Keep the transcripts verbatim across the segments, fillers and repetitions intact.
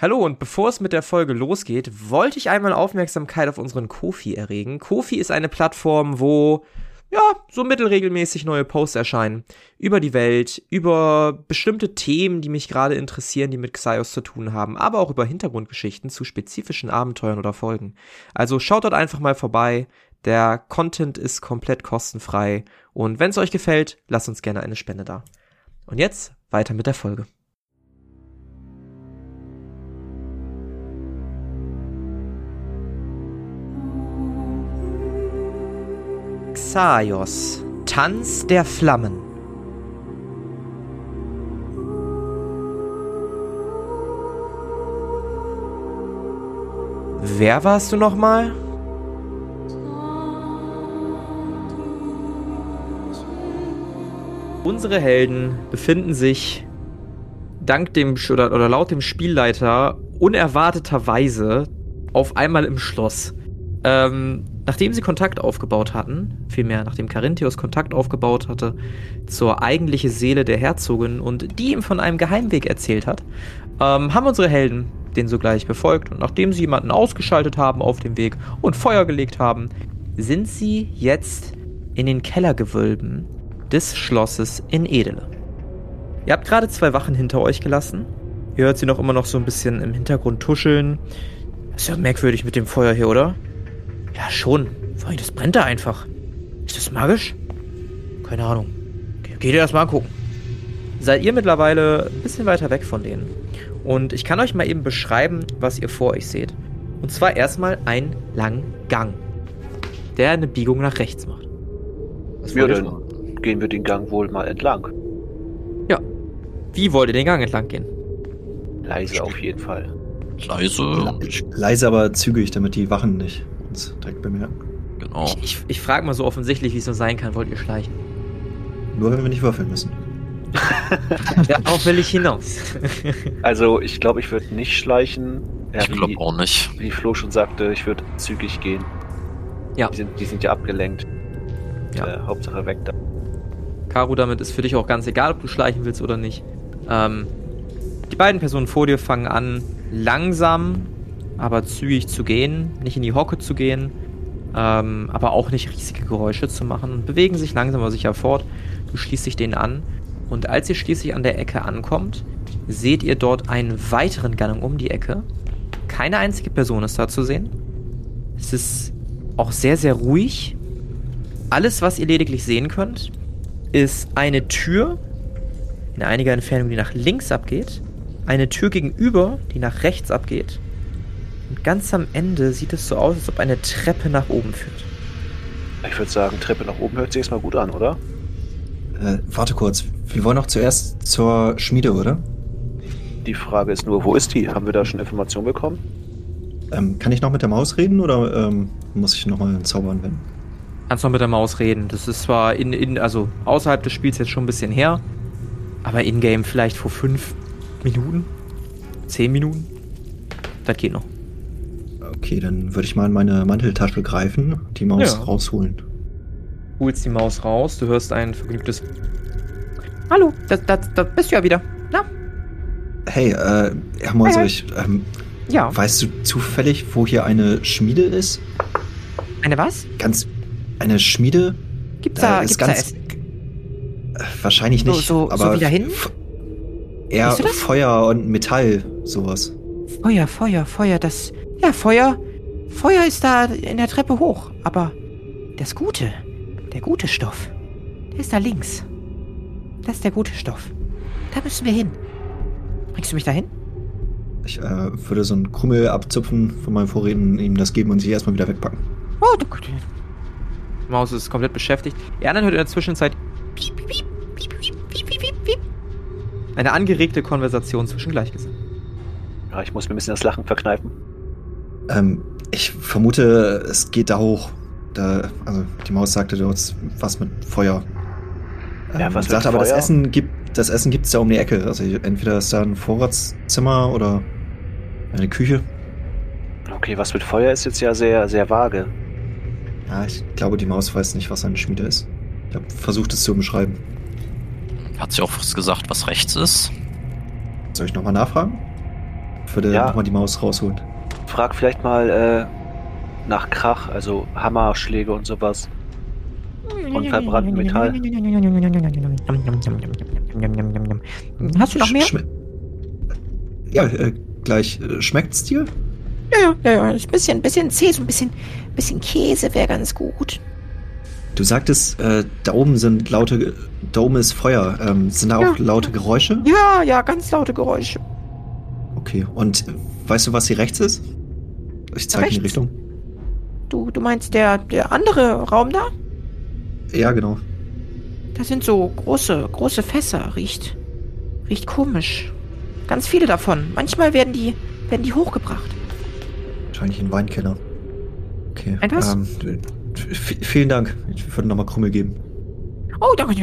Hallo, und bevor es mit der Folge losgeht, wollte ich einmal Aufmerksamkeit auf unseren Ko-fi erregen. Ko-fi ist eine Plattform, wo, ja, so mittelregelmäßig neue Posts erscheinen. Über die Welt, über bestimmte Themen, die mich gerade interessieren, die mit Xaios zu tun haben, aber auch über Hintergrundgeschichten zu spezifischen Abenteuern oder Folgen. Also schaut dort einfach mal vorbei. Der Content ist komplett kostenfrei. Und wenn es euch gefällt, lasst uns gerne eine Spende da. Und jetzt weiter mit der Folge. Xaios, Tanz der Flammen. Wer warst du nochmal? Unsere Helden befinden sich dank dem oder, oder laut dem Spielleiter unerwarteterweise auf einmal im Schloss. Ähm, nachdem sie Kontakt aufgebaut hatten, vielmehr nachdem Carinthius Kontakt aufgebaut hatte zur eigentlichen Seele der Herzogin und die ihm von einem Geheimweg erzählt hat, ähm, haben unsere Helden den sogleich befolgt und nachdem sie jemanden ausgeschaltet haben auf dem Weg und Feuer gelegt haben, sind sie jetzt in den Kellergewölben des Schlosses in Edele. Ihr habt gerade zwei Wachen hinter euch gelassen. Ihr hört sie noch immer noch so ein bisschen im Hintergrund tuscheln. Ist ja merkwürdig mit dem Feuer hier, oder? Ja, schon. Vor allem, das brennt da einfach. Ist das magisch? Keine Ahnung. Ge- Geht ihr das mal angucken. Seid ihr mittlerweile ein bisschen weiter weg von denen. Und ich kann euch mal eben beschreiben, was ihr vor euch seht. Und zwar erstmal einen langen Gang, der eine Biegung nach rechts macht. Was ja, dann gehen wir den Gang wohl mal entlang. Ja. Wie wollt ihr den Gang entlang gehen? Leise auf jeden Fall. Leise. Le- leise, aber zügig, damit die Wachen nicht uns direkt bemerken. Genau. Ich, ich, ich frage mal so offensichtlich, wie es nur sein kann, wollt ihr schleichen? Nur wenn wir nicht würfeln müssen. Darauf will ich hinaus. Also ich glaube, ich würde nicht schleichen. Ja, ich glaube auch nicht. Wie Flo schon sagte, ich würde zügig gehen. Ja. Die sind, die sind ja abgelenkt. Ja. Äh, Hauptsache weg da. Caro, damit ist für dich auch ganz egal, ob du schleichen willst oder nicht. Ähm, die beiden Personen vor dir fangen an, langsam, aber zügig zu gehen, nicht in die Hocke zu gehen, ähm, aber auch nicht riesige Geräusche zu machen und bewegen sich langsam aber sicher fort. Du schließt dich denen an und als ihr schließlich an der Ecke ankommt, seht ihr dort einen weiteren Gang um die Ecke. Keine einzige Person ist da zu sehen. Es ist auch sehr, sehr ruhig. Alles, was ihr lediglich sehen könnt, ist eine Tür in einiger Entfernung, die nach links abgeht, eine Tür gegenüber, die nach rechts abgeht. Und ganz am Ende sieht es so aus, als ob eine Treppe nach oben führt. Ich würde sagen, Treppe nach oben hört sich erstmal gut an, oder? Äh, warte kurz. Wir wollen doch zuerst zur Schmiede, oder? Die Frage ist nur, wo ist die? Haben wir da schon Informationen bekommen? Ähm, kann ich noch mit der Maus reden oder ähm, muss ich nochmal einen Zauber anwenden? Kannst noch mit der Maus reden. Das ist zwar in, in, also außerhalb des Spiels jetzt schon ein bisschen her, aber in-game vielleicht vor fünf Minuten, zehn Minuten. Das geht noch. Okay, dann würde ich mal in meine Manteltasche greifen, die Maus Ja. rausholen. Holst die Maus raus, du hörst ein vergnügtes Hallo, da, da, da bist du ja wieder. Na? Hey, äh, Herr Mäuser, Hey. ich, ähm, Ja. weißt du zufällig, wo hier eine Schmiede ist? Eine was? Ganz, eine Schmiede? Gibt's Äh, da, ist gibt's da ganz- Essen? Äh, wahrscheinlich So- nicht, so- so aber wie dahin? f- eher Weißt du das? Feuer und Metall, sowas. Feuer, Feuer, Feuer, das... Ja, Feuer... Feuer ist da in der Treppe hoch, aber das Gute, der gute Stoff, der ist da links. Das ist der gute Stoff. Da müssen wir hin. Bringst du mich da hin? Ich äh, würde so einen Krümel abzupfen von meinen Vorräten, ihm das geben und sie erstmal wieder wegpacken. Oh, du... Die Maus ist komplett beschäftigt. Ihr anderen hört in der Zwischenzeit... Piep, piep, piep, piep, piep, piep, piep, piep, piep. Eine angeregte Konversation zwischen Gleichgesinnten. Ja, ich muss mir ein bisschen das Lachen verkneifen. Ähm, ich vermute, es geht da hoch. Da, also die Maus sagte dort was mit Feuer. Ähm, Ja, was mit sagte aber, das Feuer? Essen gibt, das Essen gibt's da um die Ecke. Also entweder ist da ein Vorratszimmer oder eine Küche. Okay, was mit Feuer ist jetzt ja sehr, sehr vage. Ja, ich glaube, die Maus weiß nicht, was eine Schmiede ist. Ich habe versucht, es zu beschreiben. Hat sie auch was gesagt, was rechts ist? Soll ich nochmal nachfragen? würde Ja. nochmal die Maus rausholen. Frag vielleicht mal äh, nach Krach, also Hammerschläge und sowas. Und verbrannten Metall. Hast du noch mehr? Schme ja, äh, gleich. Äh, schmeckt's dir? Ja, ja, ja, ist ein bisschen, bisschen zäh, so ein bisschen, bisschen Käse wäre ganz gut. Du sagtest, äh, da oben sind laute, Ge- da oben ist Feuer. Ähm, sind da auch Ja. laute Geräusche? Ja, ja, ganz laute Geräusche. Okay, und äh, weißt du, was hier rechts ist? Ich zeige in die Rechts? Richtung. Du, du meinst der, der andere Raum da? Ja, genau. Das sind so große, große Fässer. Riecht, riecht komisch. Ganz viele davon. Manchmal werden die, werden die hochgebracht. Wahrscheinlich ein Weinkeller. Okay. Ein was? Ähm, v- vielen Dank. Ich würde nochmal Krümel geben. Oh, danke.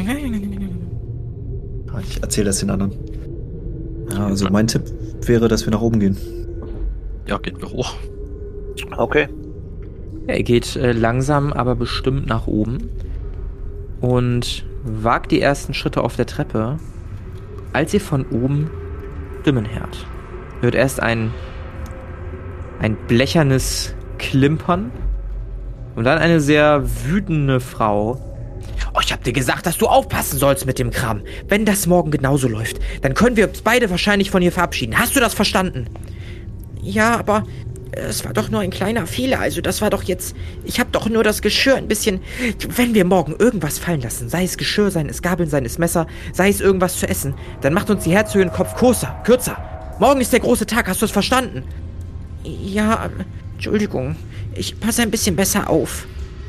Ah, Ich erzähle das den anderen. Ja, also mein Tipp wäre, dass wir nach oben gehen. Ja, gehen wir hoch. Okay. Ja, ihr geht äh, langsam, aber bestimmt nach oben und wagt die ersten Schritte auf der Treppe, als ihr von oben Stimmen hört. Ihr hört erst ein, ein blechernes Klimpern und dann eine sehr wütende Frau. Oh, ich hab dir gesagt, dass du aufpassen sollst mit dem Kram. Wenn das morgen genauso läuft, dann können wir uns beide wahrscheinlich von hier verabschieden. Hast du das verstanden? Ja, aber es war doch nur ein kleiner Fehler. Also das war doch jetzt... Ich hab doch nur das Geschirr ein bisschen... Wenn wir morgen irgendwas fallen lassen, sei es Geschirr, sei es Gabeln, sei es Messer, sei es irgendwas zu essen, dann macht uns die Herzogin Kopf kürzer, kürzer. Morgen ist der große Tag, hast du es verstanden? Ja, Entschuldigung. Ich passe ein bisschen besser auf.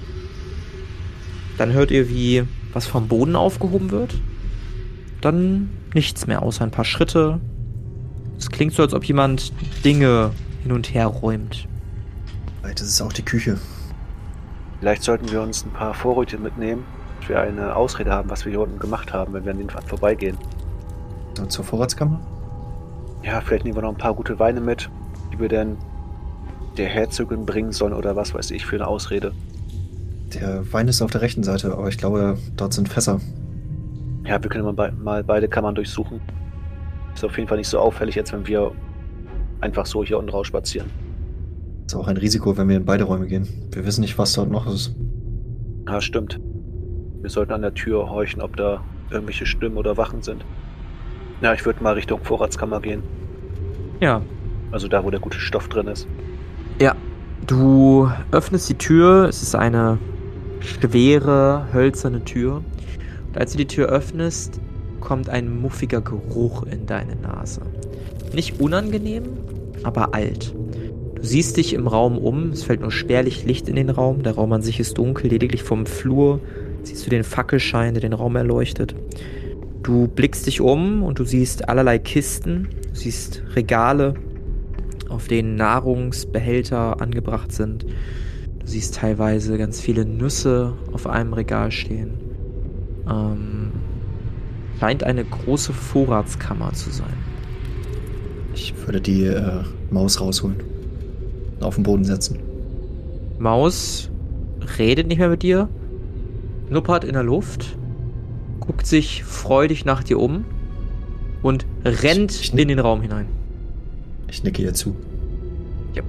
Dann hört ihr, wie was vom Boden aufgehoben wird. Dann nichts mehr, außer ein paar Schritte. Es klingt so, als ob jemand Dinge hin und her räumt. Vielleicht ist es auch die Küche. Vielleicht sollten wir uns ein paar Vorräte mitnehmen, dass wir eine Ausrede haben, was wir hier unten gemacht haben, wenn wir an den Pfad vorbeigehen. So, zur Vorratskammer? Ja, vielleicht nehmen wir noch ein paar gute Weine mit, die wir dann der Herzogin bringen sollen oder was weiß ich für eine Ausrede. Der Wein ist auf der rechten Seite, aber ich glaube, dort sind Fässer. Ja, wir können mal, be mal beide Kammern durchsuchen. Ist auf jeden Fall nicht so auffällig, als wenn wir einfach so hier unten raus spazieren. Ist auch ein Risiko, wenn wir in beide Räume gehen. Wir wissen nicht, was dort noch ist. Ja, stimmt. Wir sollten an der Tür horchen, ob da irgendwelche Stimmen oder Wachen sind. Ja, ich würde mal Richtung Vorratskammer gehen. Ja, Also da, wo der gute Stoff drin ist. Ja, du öffnest die Tür. Es ist eine schwere, hölzerne Tür. Und als du die Tür öffnest, kommt ein muffiger Geruch in deine Nase. Nicht unangenehm, aber alt. Du siehst dich im Raum um. Es fällt nur spärlich Licht in den Raum. Der Raum an sich ist dunkel. Lediglich vom Flur siehst du den Fackelschein, der den Raum erleuchtet. Du blickst dich um und du siehst allerlei Kisten. Du siehst Regale, auf denen Nahrungsbehälter angebracht sind. Du siehst teilweise ganz viele Nüsse auf einem Regal stehen. Ähm, scheint eine große Vorratskammer zu sein. Ich würde die äh, Maus rausholen. Und auf den Boden setzen. Maus redet nicht mehr mit dir, nuppert in der Luft, guckt sich freudig nach dir um und rennt Ich- ich- in den Raum hinein. Ich nicke ihr zu. Yep.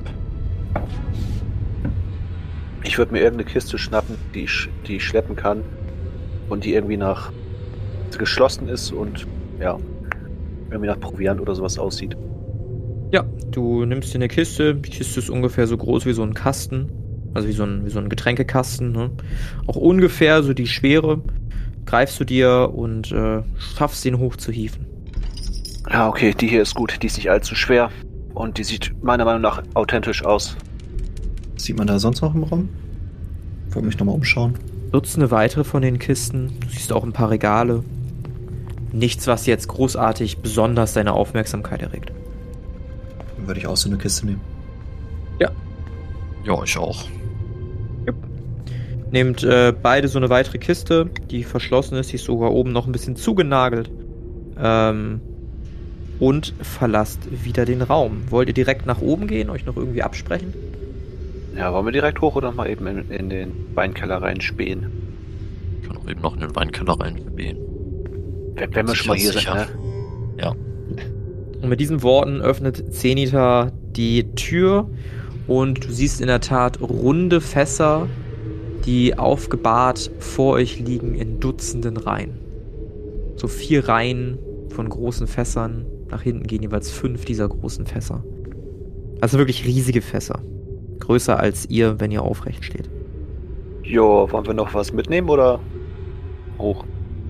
Ich würde mir irgendeine Kiste schnappen, die ich, die ich schleppen kann und die irgendwie nach geschlossen ist und ja, irgendwie nach Proviant oder sowas aussieht. Ja, du nimmst dir eine Kiste. Die Kiste ist ungefähr so groß wie so ein Kasten. Also wie so ein, wie so ein Getränkekasten. Ne? Auch ungefähr so die Schwere. Greifst du dir und äh, schaffst ihn hochzuhieven. Ja, okay, die hier ist gut, die ist nicht allzu schwer und die sieht meiner Meinung nach authentisch aus. Sieht man da sonst noch im Raum? Ich wollte mich nochmal umschauen. Nutzt eine weitere von den Kisten. Du siehst auch ein paar Regale. Nichts, was jetzt großartig besonders deine Aufmerksamkeit erregt. Dann würde ich auch so eine Kiste nehmen. Ja, ich auch. Nehmt äh, beide so eine weitere Kiste, die verschlossen ist, die ist sogar oben noch ein bisschen zugenagelt. Ähm, und verlasst wieder den Raum. Wollt ihr direkt nach oben gehen, euch noch irgendwie absprechen? Ja, wollen wir direkt hoch oder mal eben in, in den Weinkeller reinspähen? Ich kann auch eben noch in den Weinkeller reingehen. Wenn, wenn wir schon mal hier sind, Sicher. ne? Ja. Und mit diesen Worten öffnet Zenithar die Tür und du siehst in der Tat runde Fässer, die aufgebahrt vor euch liegen in Dutzenden Reihen. So vier Reihen von großen Fässern. Nach hinten gehen jeweils fünf dieser großen Fässer. Also wirklich riesige Fässer. Größer als ihr, wenn ihr aufrecht steht. Jo, wollen wir noch was mitnehmen oder hoch?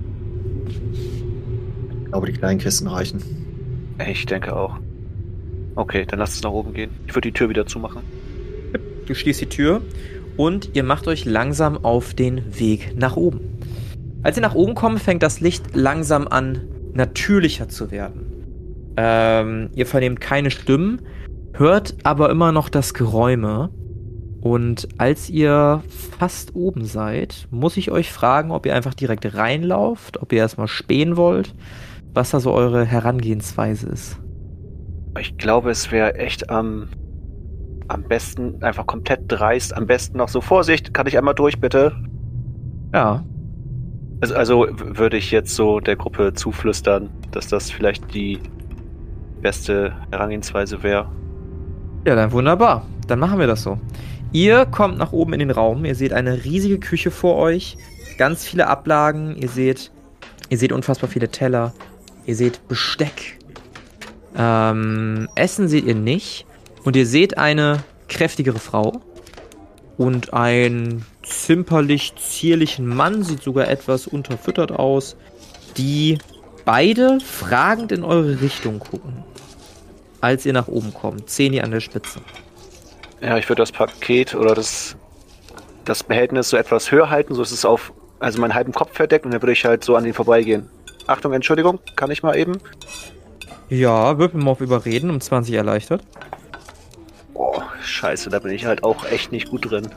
Ich glaube, die kleinen Kisten reichen. Ich denke auch. Okay, dann lasst es nach oben gehen. Ich würde die Tür wieder zumachen. Du schließt die Tür und ihr macht euch langsam auf den Weg nach oben. Als ihr nach oben kommt, fängt das Licht langsam an, natürlicher zu werden. Ähm, ihr vernehmt keine Stimmen, hört aber immer noch das Geräume. Und als ihr fast oben seid, muss ich euch fragen, ob ihr einfach direkt reinlauft, ob ihr erstmal spähen wollt, was da so eure Herangehensweise ist. Ich glaube, es wäre echt am, am besten, einfach komplett dreist, am besten noch so, Vorsicht, kann ich einmal durch, bitte? Ja. Also, also w- würde ich jetzt so der Gruppe zuflüstern, dass das vielleicht die beste Herangehensweise wäre. Ja, dann wunderbar. Dann machen wir das so. Ihr kommt nach oben in den Raum. Ihr seht eine riesige Küche vor euch. Ganz viele Ablagen. Ihr seht, ihr seht unfassbar viele Teller. Ihr seht Besteck. Ähm, Essen seht ihr nicht. Und ihr seht eine kräftigere Frau. Und einen zimperlich zierlichen Mann. Sieht sogar etwas unterfüttert aus. Die beide fragend in eure Richtung gucken. Als ihr nach oben kommt. Zeni an der Spitze. Ja, ich würde das Paket oder das, das Behältnis so etwas höher halten, so ist es auf, also meinen halben Kopf verdeckt und dann würde ich halt so an den vorbeigehen. Achtung, Entschuldigung, kann ich mal eben? Ja, würfel mal auf Überreden, um zwanzig erleichtert. Boah, scheiße, da bin ich halt auch echt nicht gut drin.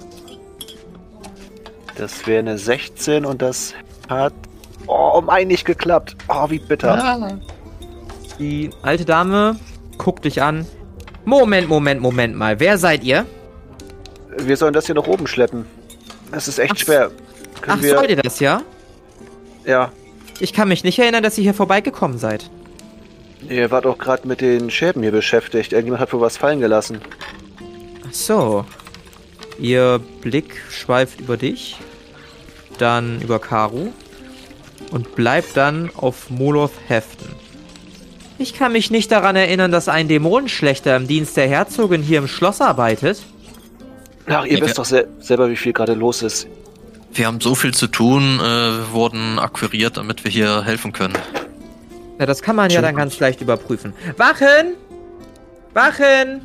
Das wäre eine sechzehn und das hat, oh, um ein nicht geklappt. Oh, wie bitter. Ja. Die alte Dame guckt dich an. Moment, Moment, Moment mal. Wer seid ihr? Wir sollen das hier nach oben schleppen. Das ist echt Ach, schwer. Können Ach, wir, sollt ihr das, ja? Ja, Ich kann mich nicht erinnern, dass ihr hier vorbeigekommen seid. ihr wart auch gerade mit den Schäben hier beschäftigt. Irgendjemand hat wohl was fallen gelassen. Ach so. Ihr Blick schweift über dich, dann über Karu und bleibt dann auf Moloth heften. Ich kann mich nicht daran erinnern, dass ein Dämonenschlechter im Dienst der Herzogin hier im Schloss arbeitet. Ach, ihr Ja, wisst doch sel- selber, wie viel gerade los ist. Wir haben so viel zu tun, äh, wir wurden akquiriert, damit wir hier helfen können. Ja, das kann man ja dann ganz leicht überprüfen. Wachen! Wachen!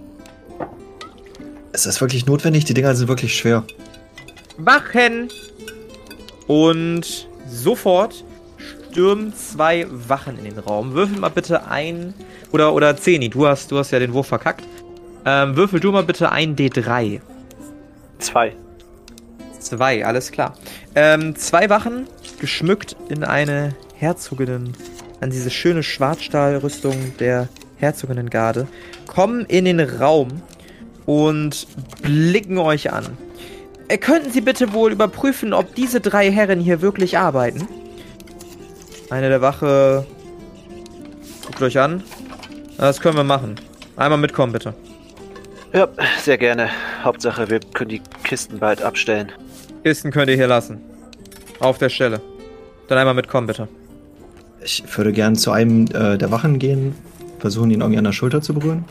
Ist das wirklich notwendig? Die Dinger sind wirklich schwer. Wachen! Und sofort stürmen zwei Wachen in den Raum. Würfel mal bitte ein... Oder, oder Zeni, du hast, du hast ja den Wurf verkackt. Ähm, würfel du mal bitte ein D drei. Zwei. Zwei, alles klar. Ähm, zwei Wachen, geschmückt in eine Herzoginnen... an diese schöne Schwarzstahlrüstung der Herzoginnengarde, kommen in den Raum und blicken euch an. Äh, könnten Sie bitte wohl überprüfen, ob diese drei Herren hier wirklich arbeiten? Eine der Wache guckt euch an. Das können wir machen. Einmal mitkommen, bitte. Ja, sehr gerne. Hauptsache, wir können die Kisten bald abstellen. Kisten könnt ihr hier lassen. Auf der Stelle. Dann einmal mitkommen, bitte. Ich würde gern zu einem äh, der Wachen gehen, versuchen ihn irgendwie an der Schulter zu berühren.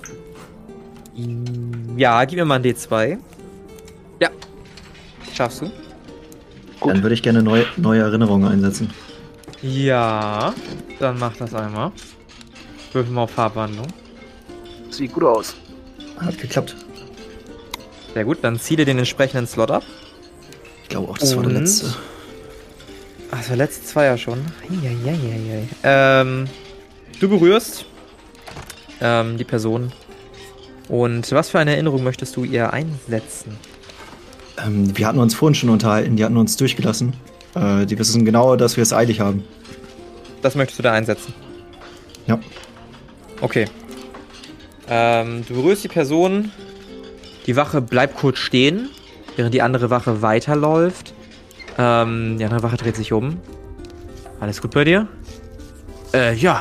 Ja, gib mir mal ein D zwei. Ja. Schaffst du? Gut. Dann würde ich gerne neu, neue Erinnerungen einsetzen. Ja. Dann mach das einmal. Würfel mal auf Farbwandlung. Sieht gut aus. Hat geklappt. Sehr gut, dann zieh dir den entsprechenden Slot ab. Ich glaube auch, das war der Und? letzte. Ach, das war letzte zwei ja schon. Eieieiei. Ähm, du berührst ähm, die Person. Und was für eine Erinnerung möchtest du ihr einsetzen? Ähm, wir hatten uns vorhin schon unterhalten, die hatten uns durchgelassen. Äh, die wissen genau, dass wir es eilig haben. Das möchtest du da einsetzen? Ja. Okay. Ähm, du berührst die Person. Die Wache bleibt kurz stehen, während die andere Wache weiterläuft. Ähm, die andere Wache dreht sich um. Alles gut bei dir? Äh, ja.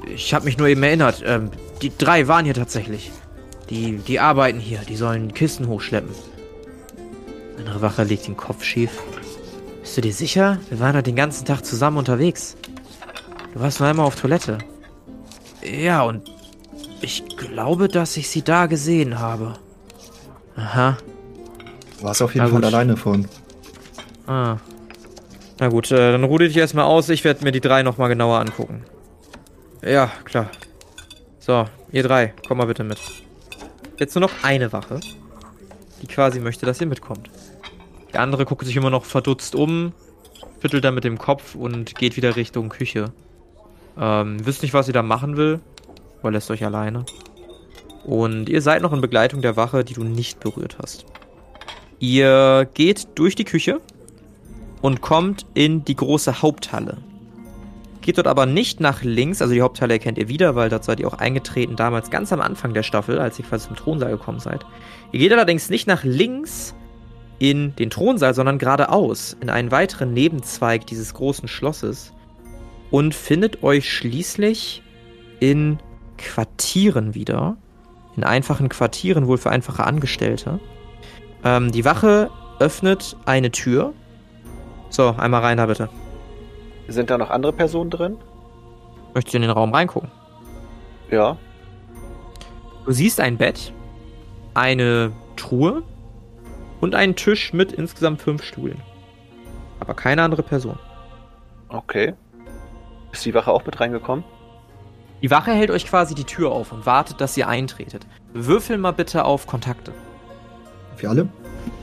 ich habe mich nur eben erinnert. Ähm, die drei waren hier tatsächlich. Die, die arbeiten hier. Die sollen Kisten hochschleppen. Andere Wache legt den Kopf schief. Bist du dir sicher? Wir waren doch den ganzen Tag zusammen unterwegs. Du warst nur einmal auf Toilette. Ja, und ich glaube, dass ich sie da gesehen habe. Aha. Du warst auf jeden Na Fall gut. alleine von. Ah. Na gut, äh, dann ruh dich erstmal aus. Ich werde mir die drei nochmal genauer angucken. Ja, klar. So, ihr drei, komm mal bitte mit. Jetzt nur noch eine Wache, die quasi möchte, dass ihr mitkommt. Die andere guckt sich immer noch verdutzt um, schüttelt dann mit dem Kopf und geht wieder Richtung Küche. Ähm, wisst nicht, was sie da machen will, aber lässt euch alleine. Und ihr seid noch in Begleitung der Wache, die du nicht berührt hast. Ihr geht durch die Küche und kommt in die große Haupthalle. Geht dort aber nicht nach links, also die Haupthalle erkennt ihr wieder, weil dort seid ihr auch eingetreten, damals ganz am Anfang der Staffel, als ihr quasi zum Thronsaal gekommen seid. Ihr geht allerdings nicht nach links in den Thronsaal, sondern geradeaus in einen weiteren Nebenzweig dieses großen Schlosses und findet euch schließlich in Quartieren wieder. In einfachen Quartieren, wohl für einfache Angestellte. Ähm, die Wache öffnet eine Tür. So, einmal rein da bitte. Sind da noch andere Personen drin? Möchtest du in den Raum reingucken? Ja. Du siehst ein Bett, eine Truhe und einen Tisch mit insgesamt fünf Stühlen. Aber keine andere Person. Okay. Ist die Wache auch mit reingekommen? Die Wache hält euch quasi die Tür auf und wartet, dass ihr eintretet. Würfel mal bitte auf Kontakte. Für alle?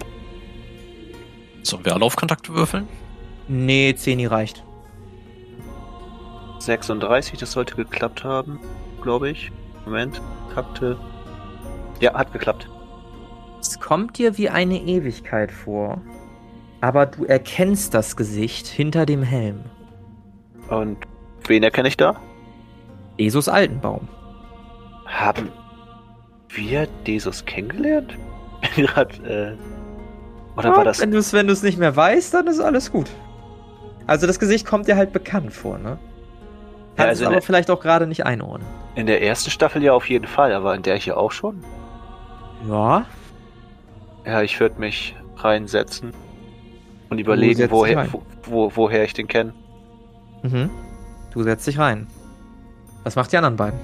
Sollen wir alle auf Kontakte würfeln? Nee, Zeni reicht. sechsunddreißig, das sollte geklappt haben, glaube ich. Moment, Kontakte. Ja, hat geklappt. Es kommt dir wie eine Ewigkeit vor, aber du erkennst das Gesicht hinter dem Helm. Und wen erkenne ich da? Jesus Altenbaum. Haben wir Jesus kennengelernt? Gerade, äh... Oder war das... Wenn du es wenn du's nicht mehr weißt, dann ist alles gut. Also das Gesicht kommt dir halt bekannt vor, ne? Kannst Ja, also es aber in der- vielleicht auch gerade nicht einordnen. In der ersten Staffel ja auf jeden Fall, aber in der hier auch schon? Ja, Ja, ich würde mich reinsetzen und überlegen, setzt dich woher, rein. wo, wo, woher ich den kenne. mhm. Du setzt dich rein. Was macht die anderen beiden?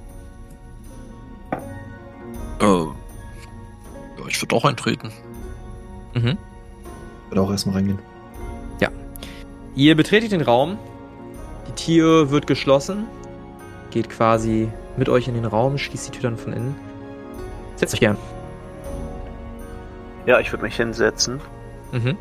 Äh, ja, ich würde auch eintreten. Mhm. Würde auch erstmal reingehen. Ihr betretet den Raum. Die Tür wird geschlossen. Geht quasi mit euch in den Raum, schließt die Tür dann von innen. Setzt euch gern. Ja, ich würde mich hinsetzen. Mhm.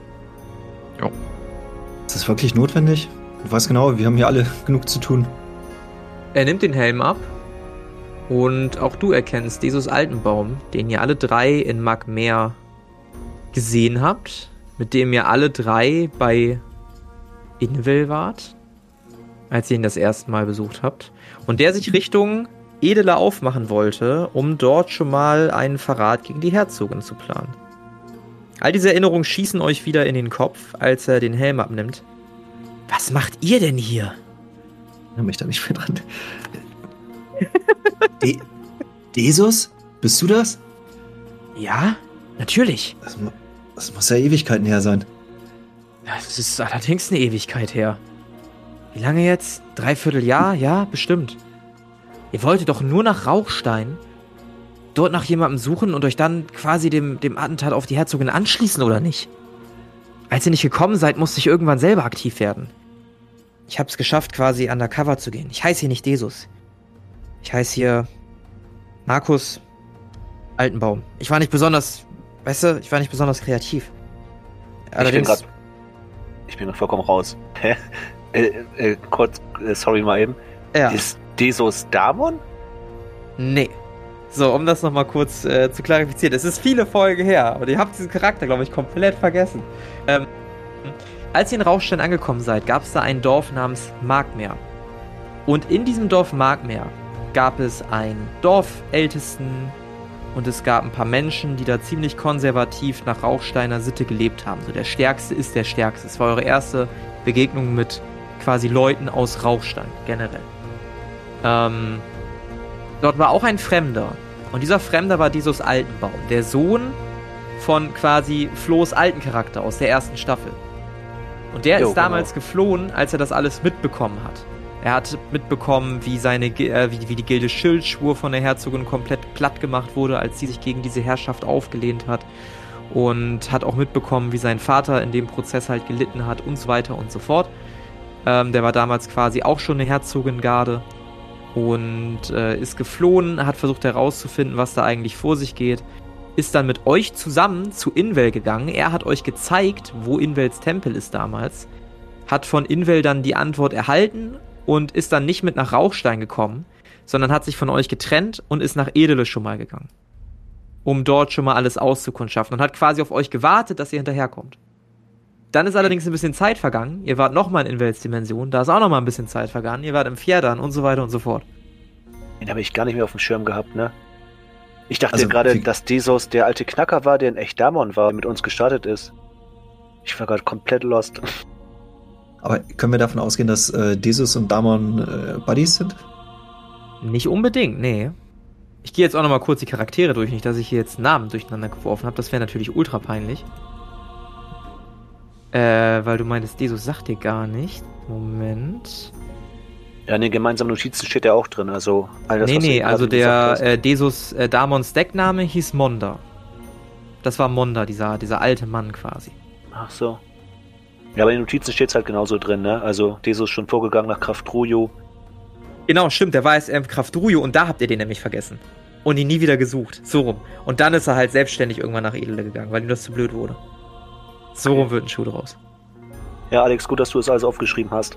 Ist das wirklich notwendig? Du weißt genau, wir haben hier alle genug zu tun. Er nimmt den Helm ab. Und auch du erkennst Jesus Altenbaum, den ihr alle drei in Magmeer gesehen habt. Mit dem ihr alle drei bei Invel wart, als ihr ihn das erste Mal besucht habt. Und der sich Richtung Edela aufmachen wollte, um dort schon mal einen Verrat gegen die Herzogin zu planen. All diese Erinnerungen schießen euch wieder in den Kopf, als er den Helm abnimmt. Was macht ihr denn hier? Ich erinnere mich da nicht mehr dran. De Desus? Bist du das? Ja, natürlich. das? mu- Das muss ja Ewigkeiten her sein. Ja, das ist allerdings eine Ewigkeit her. Wie lange jetzt? Dreiviertel Jahr? Ja, bestimmt. Ihr wolltet doch nur nach Rauchstein, dort nach jemandem suchen und euch dann quasi dem, dem Attentat auf die Herzogin anschließen, oder nicht? Als ihr nicht gekommen seid, musste ich irgendwann selber aktiv werden. Ich hab's geschafft, quasi undercover zu gehen. Ich heiße hier nicht Desus. Ich heiße hier Markus Altenbaum. Ich war nicht besonders, weißt du, ich war nicht besonders kreativ. Ich bin Allerdings... gerade ich bin grad vollkommen raus. äh, äh, kurz, äh, sorry mal eben. Ja. Ist Desus Damon? Nee. So, um das nochmal kurz äh, zu klarifizieren. Es ist viele Folgen her, aber ihr habt diesen Charakter, glaube ich, komplett vergessen. Ähm, als ihr in Rauchstein angekommen seid, gab es da ein Dorf namens Magmeer. Und in diesem Dorf Magmeer gab es einen Dorfältesten und es gab ein paar Menschen, die da ziemlich konservativ nach Rauchsteiner Sitte gelebt haben. So, der Stärkste ist der Stärkste. Es war eure erste Begegnung mit quasi Leuten aus Rauchstein, generell. Ähm, dort war auch ein Fremder. Und dieser Fremder war Desus Altenbaum, der Sohn von quasi Flohs alten Charakter aus der ersten Staffel. Und der jo, ist damals genau. geflohen, als er das alles mitbekommen hat. Er hat mitbekommen, wie, seine, äh, wie, wie die Gilde Schildschwur von der Herzogin komplett platt gemacht wurde, als sie sich gegen diese Herrschaft aufgelehnt hat. Und hat auch mitbekommen, wie sein Vater in dem Prozess halt gelitten hat und so weiter und so fort. Ähm, der war damals quasi auch schon eine Herzogengarde und äh, ist geflohen, hat versucht herauszufinden, was da eigentlich vor sich geht. Ist dann mit euch zusammen zu Invel gegangen. Er hat euch gezeigt, wo Invels Tempel ist damals. Hat von Invel dann die Antwort erhalten und ist dann nicht mit nach Rauchstein gekommen, sondern hat sich von euch getrennt und ist nach Edele schon mal gegangen. Um dort schon mal alles auszukundschaften und hat quasi auf euch gewartet, dass ihr hinterherkommt. Dann ist allerdings ein bisschen Zeit vergangen. Ihr wart nochmal in Invels Dimension, da ist auch nochmal ein bisschen Zeit vergangen. Ihr wart im Fjerdan und so weiter und so fort. Den habe ich gar nicht mehr auf dem Schirm gehabt, ne? Ich dachte also, gerade, dass Desus der alte Knacker war, der in echt Damon war, mit uns gestartet ist. Ich war gerade komplett lost. Aber können wir davon ausgehen, dass äh, Desus und Damon äh, Buddies sind? Nicht unbedingt, nee. Ich gehe jetzt auch nochmal kurz die Charaktere durch, nicht, dass ich hier jetzt Namen durcheinander geworfen habe. Das wäre natürlich ultra peinlich. Äh, weil du meintest, Desus sagt dir gar nicht. Moment. Ja, in den gemeinsamen Notizen steht ja auch drin, also all das, Nee, was nee, also der äh, äh, Desus, äh, Damons Deckname hieß Monda. Das war Monda, dieser, dieser alte Mann quasi. Ach so. Ja, aber in den Notizen steht es halt genauso drin, ne? Also Desus schon vorgegangen nach Krafdrujo. Genau, stimmt, der war jetzt in Krafdrujo und da habt ihr den nämlich vergessen. Und ihn nie wieder gesucht, so rum. Und dann ist er halt selbstständig irgendwann nach Edele gegangen, weil ihm das zu blöd wurde. So rum wird ein Schuh draus. Ja, Alex, gut, dass du es alles aufgeschrieben hast.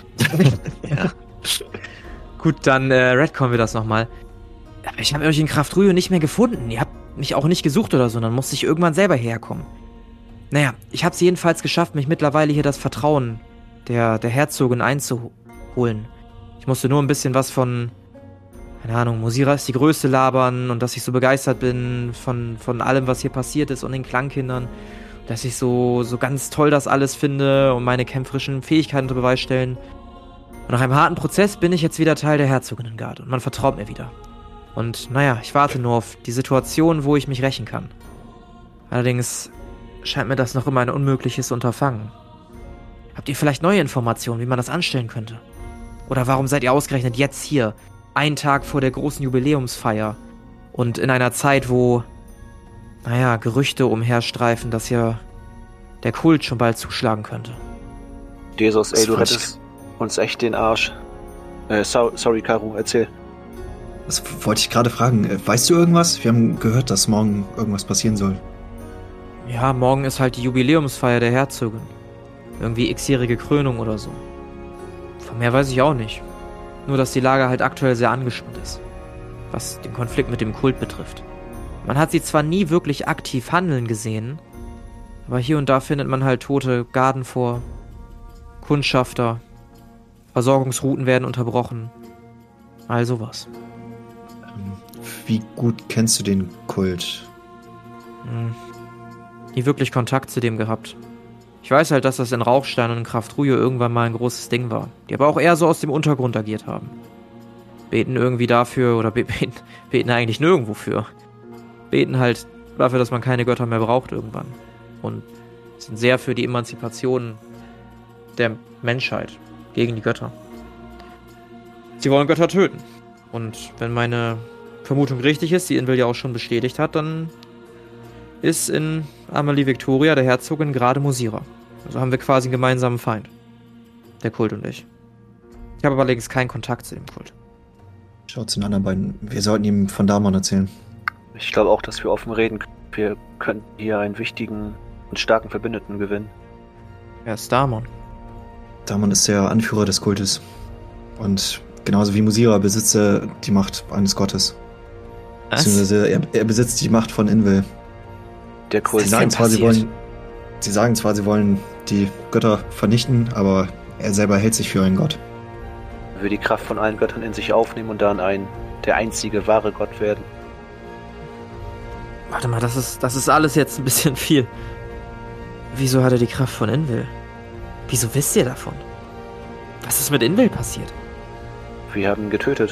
Ja. Gut, dann äh, retconnen wir das nochmal. Aber ich habe euch in Krafdrujo nicht mehr gefunden. Ihr habt mich auch nicht gesucht oder so, dann musste ich irgendwann selber herkommen. Naja, ich habe es jedenfalls geschafft, mich mittlerweile hier das Vertrauen der, der Herzogin einzuholen. Ich musste nur ein bisschen was von, keine Ahnung, Mosira ist die Größte labern und dass ich so begeistert bin von, von allem, was hier passiert ist und den Klangkindern. Dass ich so, so ganz toll das alles finde und meine kämpferischen Fähigkeiten unter Beweis stellen. Und nach einem harten Prozess bin ich jetzt wieder Teil der Herzoginnengarde und man vertraut mir wieder. Und naja, ich warte nur auf die Situation, wo ich mich rächen kann. Allerdings scheint mir das noch immer ein unmögliches Unterfangen. Habt ihr vielleicht neue Informationen, wie man das anstellen könnte? Oder warum seid ihr ausgerechnet jetzt hier, einen Tag vor der großen Jubiläumsfeier und in einer Zeit, wo, naja, Gerüchte umherstreifen, dass hier der Kult schon bald zuschlagen könnte? Desus, ey, du rettest uns echt den Arsch. Äh, so, sorry, Karu, erzähl. Das wollte ich gerade fragen. Weißt du irgendwas? Wir haben gehört, dass morgen irgendwas passieren soll. Ja, morgen ist halt die Jubiläumsfeier der Herzogin. Irgendwie x-jährige Krönung oder so. Von mehr weiß ich auch nicht. Nur, dass die Lage halt aktuell sehr angespannt ist. Was den Konflikt mit dem Kult betrifft. Man hat sie zwar nie wirklich aktiv handeln gesehen, aber hier und da findet man halt tote Garden vor, Kundschafter, Versorgungsrouten werden unterbrochen, all sowas. Wie gut kennst du den Kult? Hm. Nie wirklich Kontakt zu dem gehabt. Ich weiß halt, dass das in Rauchstein und in Krafdrujo irgendwann mal ein großes Ding war, die aber auch eher so aus dem Untergrund agiert haben. Beten irgendwie dafür, oder be- beten, beten eigentlich nirgendwo für. Beten halt dafür, dass man keine Götter mehr braucht irgendwann. Und sind sehr für die Emanzipation der Menschheit gegen die Götter. Sie wollen Götter töten. Und wenn meine Vermutung richtig ist, die Invel ja auch schon bestätigt hat, dann ist in Amalie Victoria, der Herzogin, gerade Mosira. Also haben wir quasi einen gemeinsamen Feind. Der Kult und ich. Ich habe aber allerdings keinen Kontakt zu dem Kult. Schaut zu den anderen beiden. Wir sollten ihm von Damon erzählen. Ich glaube auch, dass wir offen reden können. Wir könnten hier einen wichtigen und starken Verbündeten gewinnen. Wer ist Damon? Damon ist der Anführer des Kultes. Und genauso wie Mosira besitzt er die Macht eines Gottes. Was? Beziehungsweise er, er besitzt die Macht von Invel. Der Kult. Sie sagen zwar, sie wollen, sie sagen zwar, sie wollen die Götter vernichten, aber er selber hält sich für einen Gott. Er will die Kraft von allen Göttern in sich aufnehmen und dann ein der einzige wahre Gott werden. Warte mal, das ist, das ist alles jetzt ein bisschen viel. Wieso hat er die Kraft von Invel? Wieso wisst ihr davon? Was ist mit Invel passiert? Wir haben ihn getötet.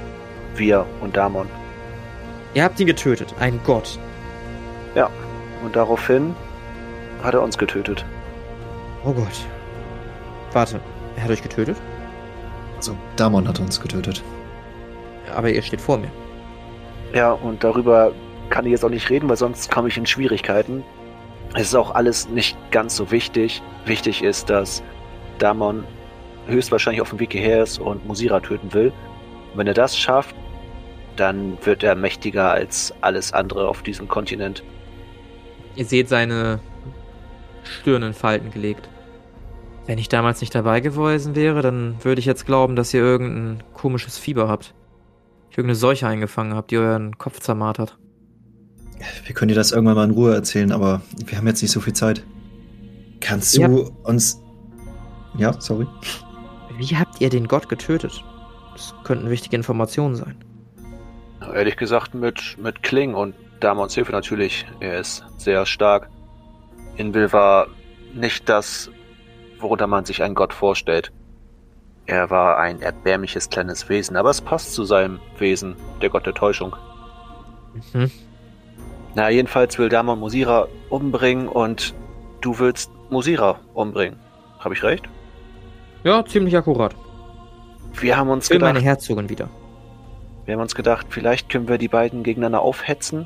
Wir und Damon. Ihr habt ihn getötet, ein Gott. Ja, und daraufhin hat er uns getötet. Oh Gott. Warte, er hat euch getötet? Also, Damon hat uns getötet. Aber ihr steht vor mir. Ja, und darüber kann ich jetzt auch nicht reden, weil sonst komme ich in Schwierigkeiten. Es ist auch alles nicht ganz so wichtig. Wichtig ist, dass Damon höchstwahrscheinlich auf dem Weg hierher ist und Musira töten will. Und wenn er das schafft, dann wird er mächtiger als alles andere auf diesem Kontinent. Ihr seht seine Stirn in Falten gelegt. Wenn ich damals nicht dabei gewesen wäre, dann würde ich jetzt glauben, dass ihr irgendein komisches Fieber habt. Irgendeine Seuche eingefangen habt, die euren Kopf zermartert. Wir können dir das irgendwann mal in Ruhe erzählen, aber wir haben jetzt nicht so viel Zeit. Kannst du Ja. uns... Ja, sorry. Wie habt ihr den Gott getötet? Das könnten wichtige Informationen sein. Ehrlich gesagt mit, mit Kling und Damons Hilfe natürlich. Er ist sehr stark. Inbil war nicht das, worunter man sich einen Gott vorstellt. Er war ein erbärmliches kleines Wesen, aber es passt zu seinem Wesen, der Gott der Täuschung. Mhm. Na, jedenfalls will Damon Musira umbringen und du willst Musira umbringen. Habe ich recht? Ja, ziemlich akkurat. Wir haben uns Ich will gedacht, meine Herzogin wieder. wir haben uns gedacht, vielleicht können wir die beiden gegeneinander aufhetzen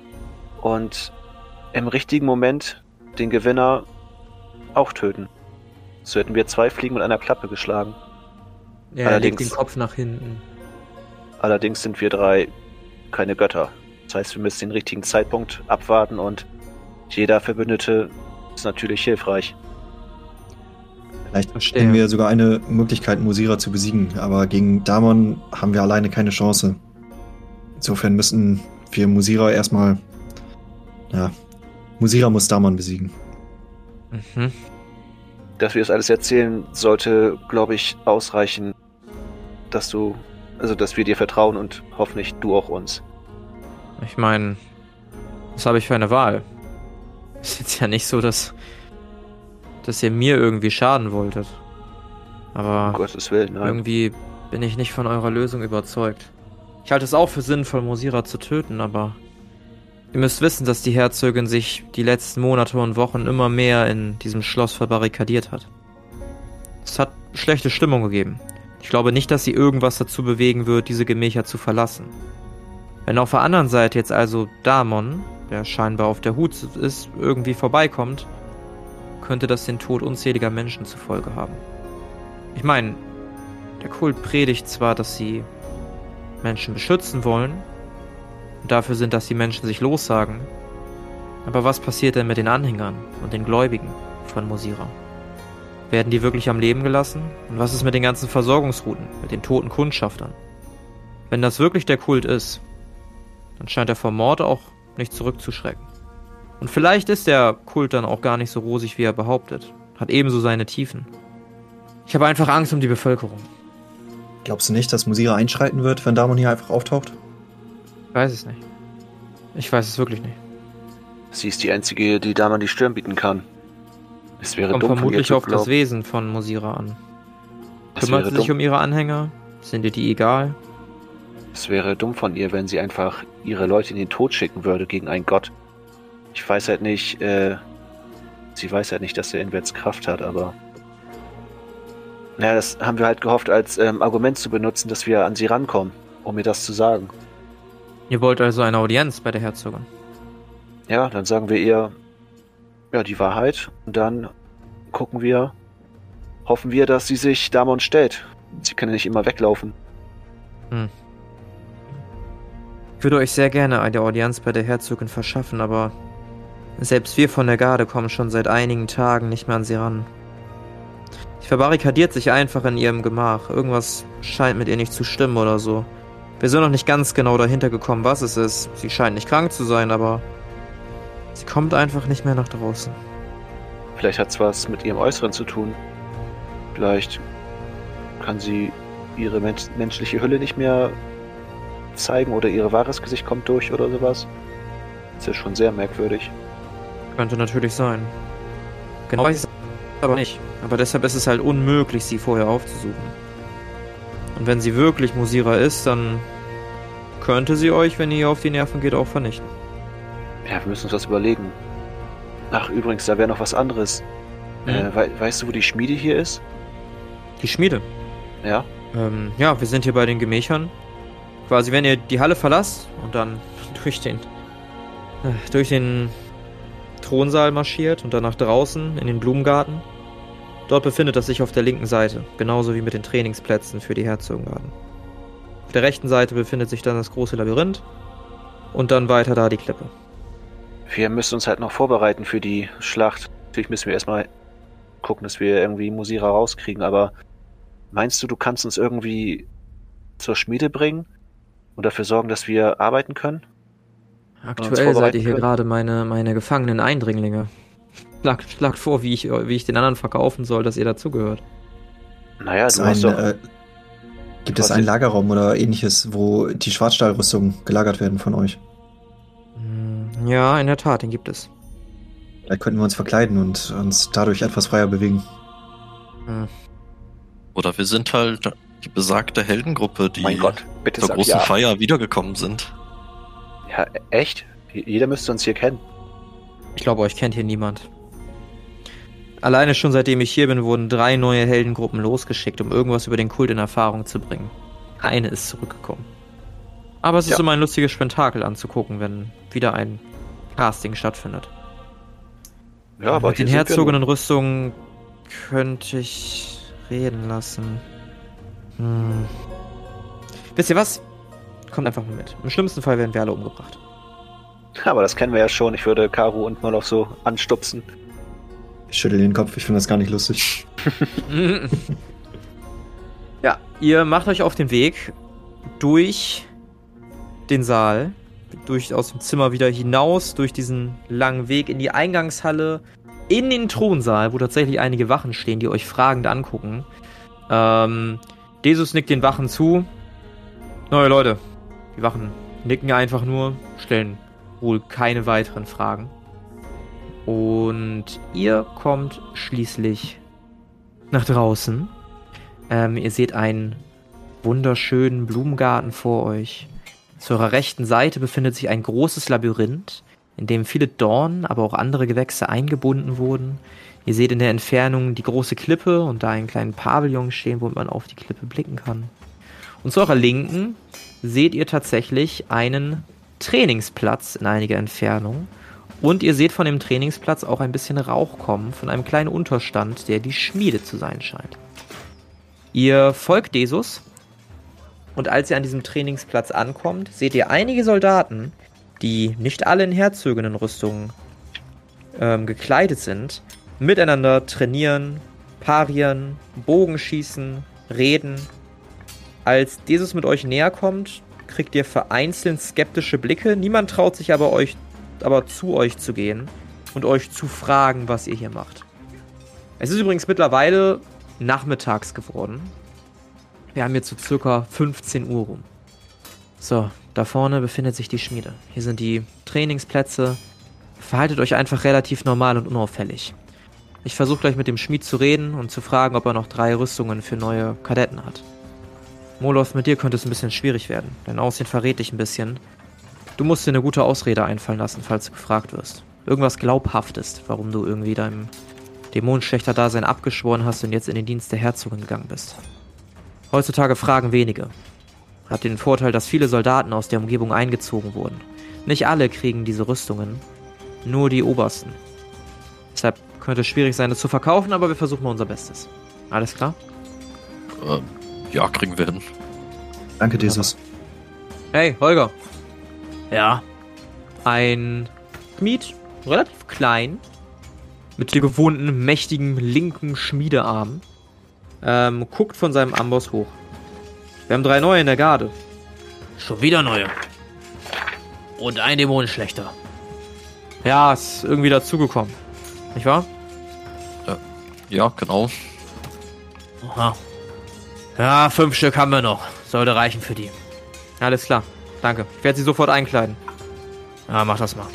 und im richtigen Moment den Gewinner auch töten. So hätten wir zwei Fliegen mit einer Klappe geschlagen. Ja, er legt Allerdings- den Kopf nach hinten. Allerdings sind wir drei keine Götter. Das heißt, wir müssen den richtigen Zeitpunkt abwarten und jeder Verbündete ist natürlich hilfreich. Vielleicht Verstehe. haben wir sogar eine Möglichkeit, Musira zu besiegen, aber gegen Damon haben wir alleine keine Chance. Insofern müssen wir Musira erstmal... Ja, Musira muss Damon besiegen. Mhm. Dass wir das alles erzählen, sollte, glaube ich, ausreichen, dass du, also dass wir dir vertrauen und hoffentlich du auch uns. Ich meine, was habe ich für eine Wahl? Ist jetzt ja nicht so, dass, dass ihr mir irgendwie schaden wolltet. Aber Um Gottes Willen, nein. irgendwie bin ich nicht von eurer Lösung überzeugt. Ich halte es auch für sinnvoll, Musira zu töten, aber ihr müsst wissen, dass die Herzogin sich die letzten Monate und Wochen immer mehr in diesem Schloss verbarrikadiert hat. Es hat schlechte Stimmung gegeben. Ich glaube nicht, dass sie irgendwas dazu bewegen wird, diese Gemächer zu verlassen. Wenn auf der anderen Seite jetzt also Damon, der scheinbar auf der Hut ist, irgendwie vorbeikommt, könnte das den Tod unzähliger Menschen zur Folge haben. Ich meine, der Kult predigt zwar, dass sie Menschen beschützen wollen und dafür sind, dass die Menschen sich lossagen, aber was passiert denn mit den Anhängern und den Gläubigen von Musira? Werden die wirklich am Leben gelassen? Und was ist mit den ganzen Versorgungsrouten, mit den toten Kundschaftern? Wenn das wirklich der Kult ist, dann scheint er vor Mord auch nicht zurückzuschrecken. Und vielleicht ist der Kult dann auch gar nicht so rosig, wie er behauptet. Hat ebenso seine Tiefen. Ich habe einfach Angst um die Bevölkerung. Glaubst du nicht, dass Musira einschreiten wird, wenn Damon hier einfach auftaucht? Ich weiß es nicht. Ich weiß es wirklich nicht. Sie ist die einzige, die Damon die Stirn bieten kann. Es wäre Kommt dumm von ihr vermutlich zu auf das glauben. Wesen von Musira an. Es Kümmert wäre sie sich dumm. um ihre Anhänger? Sind ihr die egal? Es wäre dumm von ihr, wenn sie einfach ihre Leute in den Tod schicken würde gegen einen Gott. Ich weiß halt nicht, äh, sie weiß halt nicht, dass er Inverts Kraft hat, aber... Naja, das haben wir halt gehofft, als ähm, Argument zu benutzen, dass wir an sie rankommen, um ihr das zu sagen. Ihr wollt also eine Audienz bei der Herzogin? Ja, dann sagen wir ihr, ja, die Wahrheit. Und dann gucken wir, hoffen wir, dass sie sich Damon stellt. Sie kann ja nicht immer weglaufen. Hm. Ich würde euch sehr gerne eine Audienz bei der Herzogin verschaffen, aber selbst wir von der Garde kommen schon seit einigen Tagen nicht mehr an sie ran. Sie verbarrikadiert sich einfach in ihrem Gemach. Irgendwas scheint mit ihr nicht zu stimmen oder so. Wir sind noch nicht ganz genau dahinter gekommen, was es ist. Sie scheint nicht krank zu sein, aber sie kommt einfach nicht mehr nach draußen. Vielleicht hat es was mit ihrem Äußeren zu tun. Vielleicht kann sie ihre mensch menschliche Hülle nicht mehr zeigen oder ihr wahres Gesicht kommt durch oder sowas. Das ist ja schon sehr merkwürdig. Könnte natürlich sein. Genau weiß ich es aber nicht. Aber deshalb ist es halt unmöglich, sie vorher aufzusuchen. Und wenn sie wirklich Musira ist, dann könnte sie euch, wenn ihr auf die Nerven geht, auch vernichten. Ja, wir müssen uns was überlegen. Ach, übrigens, da wäre noch was anderes. Mhm. Äh, we weißt du, wo die Schmiede hier ist? Die Schmiede? Ja. Ähm, ja, wir sind hier bei den Gemächern. Quasi, wenn ihr die Halle verlasst und dann durch den äh, durch den Thronsaal marschiert und dann nach draußen in den Blumengarten. Dort befindet es sich auf der linken Seite, genauso wie mit den Trainingsplätzen für die Herzogengarden. Auf der rechten Seite befindet sich dann das große Labyrinth und dann weiter da die Klippe. Wir müssen uns halt noch vorbereiten für die Schlacht. Natürlich müssen wir erstmal gucken, dass wir irgendwie Musira rauskriegen, aber meinst du, du kannst uns irgendwie zur Schmiede bringen und dafür sorgen, dass wir arbeiten können? Aktuell seid ihr hier gerade meine, meine gefangenen Eindringlinge. Schlagt, schlagt vor, wie ich, wie ich den anderen verkaufen soll, dass ihr dazugehört. Naja, du ein, hast doch... äh, gibt es einen Lagerraum oder ähnliches, wo die Schwarzstahlrüstungen gelagert werden von euch? Ja, in der Tat, den gibt es. Da könnten wir uns verkleiden und uns dadurch etwas freier bewegen. Hm. Oder wir sind halt die besagte Heldengruppe, die mein Gott, bitte zur sag großen ja. Feier wiedergekommen sind. Ja, echt? Jeder müsste uns hier kennen. Ich glaube, euch kennt hier niemand. Alleine schon seitdem ich hier bin, wurden drei neue Heldengruppen losgeschickt, um irgendwas über den Kult in Erfahrung zu bringen. Eine ist zurückgekommen. Aber es ist Ja. immer ein lustiges Spektakel anzugucken, wenn wieder ein Casting stattfindet. Ja, aber Mit hier den sind wir herzogenen Rüstungen könnte ich reden lassen. Hm. Wisst ihr was? Kommt einfach mal mit. Im schlimmsten Fall werden wir alle umgebracht. nun. Aber das kennen wir ja schon. Ich würde Karu und Moloch so anstupsen. Ich schüttel den Kopf, ich finde das gar nicht lustig. Ja, ihr macht euch auf den Weg durch den Saal, durch aus dem Zimmer wieder hinaus, durch diesen langen Weg in die Eingangshalle, in den Thronsaal, wo tatsächlich einige Wachen stehen, die euch fragend angucken. Ähm, Desus nickt den Wachen zu. Neue Leute, die Wachen nicken einfach nur, stellen wohl keine weiteren Fragen. Und ihr kommt schließlich nach draußen. Ähm, ihr seht einen wunderschönen Blumengarten vor euch. Zu eurer rechten Seite befindet sich ein großes Labyrinth, in dem viele Dornen, aber auch andere Gewächse eingebunden wurden. Ihr seht in der Entfernung die große Klippe und da einen kleinen Pavillon stehen, wo man auf die Klippe blicken kann. Und zu eurer Linken seht ihr tatsächlich einen Trainingsplatz in einiger Entfernung. Und ihr seht von dem Trainingsplatz auch ein bisschen Rauch kommen von einem kleinen Unterstand, der die Schmiede zu sein scheint. Ihr folgt Desus und als ihr an diesem Trainingsplatz ankommt, seht ihr einige Soldaten, die nicht alle in Herzöginnenrüstungen ähm, gekleidet sind, miteinander trainieren, parieren, Bogenschießen, reden. Als Desus mit euch näher kommt, kriegt ihr vereinzelt skeptische Blicke. Niemand traut sich aber euch aber zu euch zu gehen und euch zu fragen, was ihr hier macht. Es ist übrigens mittlerweile nachmittags geworden. Wir haben jetzt so circa fünfzehn Uhr rum. So, da vorne befindet sich die Schmiede. Hier sind die Trainingsplätze. Verhaltet euch einfach relativ normal und unauffällig. Ich versuche gleich mit dem Schmied zu reden und zu fragen, ob er noch drei Rüstungen für neue Kadetten hat. Moloth, mit dir könnte es ein bisschen schwierig werden. Dein Aussehen verrät dich ein bisschen. Du musst dir eine gute Ausrede einfallen lassen, falls du gefragt wirst. Irgendwas Glaubhaftes, warum du irgendwie deinem Dämonenschlechter-Dasein abgeschworen hast und jetzt in den Dienst der Herzogin gegangen bist. Heutzutage fragen wenige. Hat den Vorteil, dass viele Soldaten aus der Umgebung eingezogen wurden. Nicht alle kriegen diese Rüstungen, nur die Obersten. Deshalb könnte es schwierig sein, das zu verkaufen, aber wir versuchen mal unser Bestes. Alles klar? Ähm, ja, kriegen wir hin. Danke, Desus. Hey, Holger. Ja. Ein Schmied, relativ klein, mit den gewohnten, mächtigen, linken Schmiedearm, ähm, guckt von seinem Amboss hoch. Wir haben drei neue in der Garde. Schon wieder neue. Und ein Dämonenschlechter. Ja, ist irgendwie dazugekommen. Nicht wahr? Ja, genau. Aha. Ja, fünf Stück haben wir noch. Sollte reichen für die. Alles klar. Danke. Ich werde sie sofort einkleiden. Ja, mach das mal.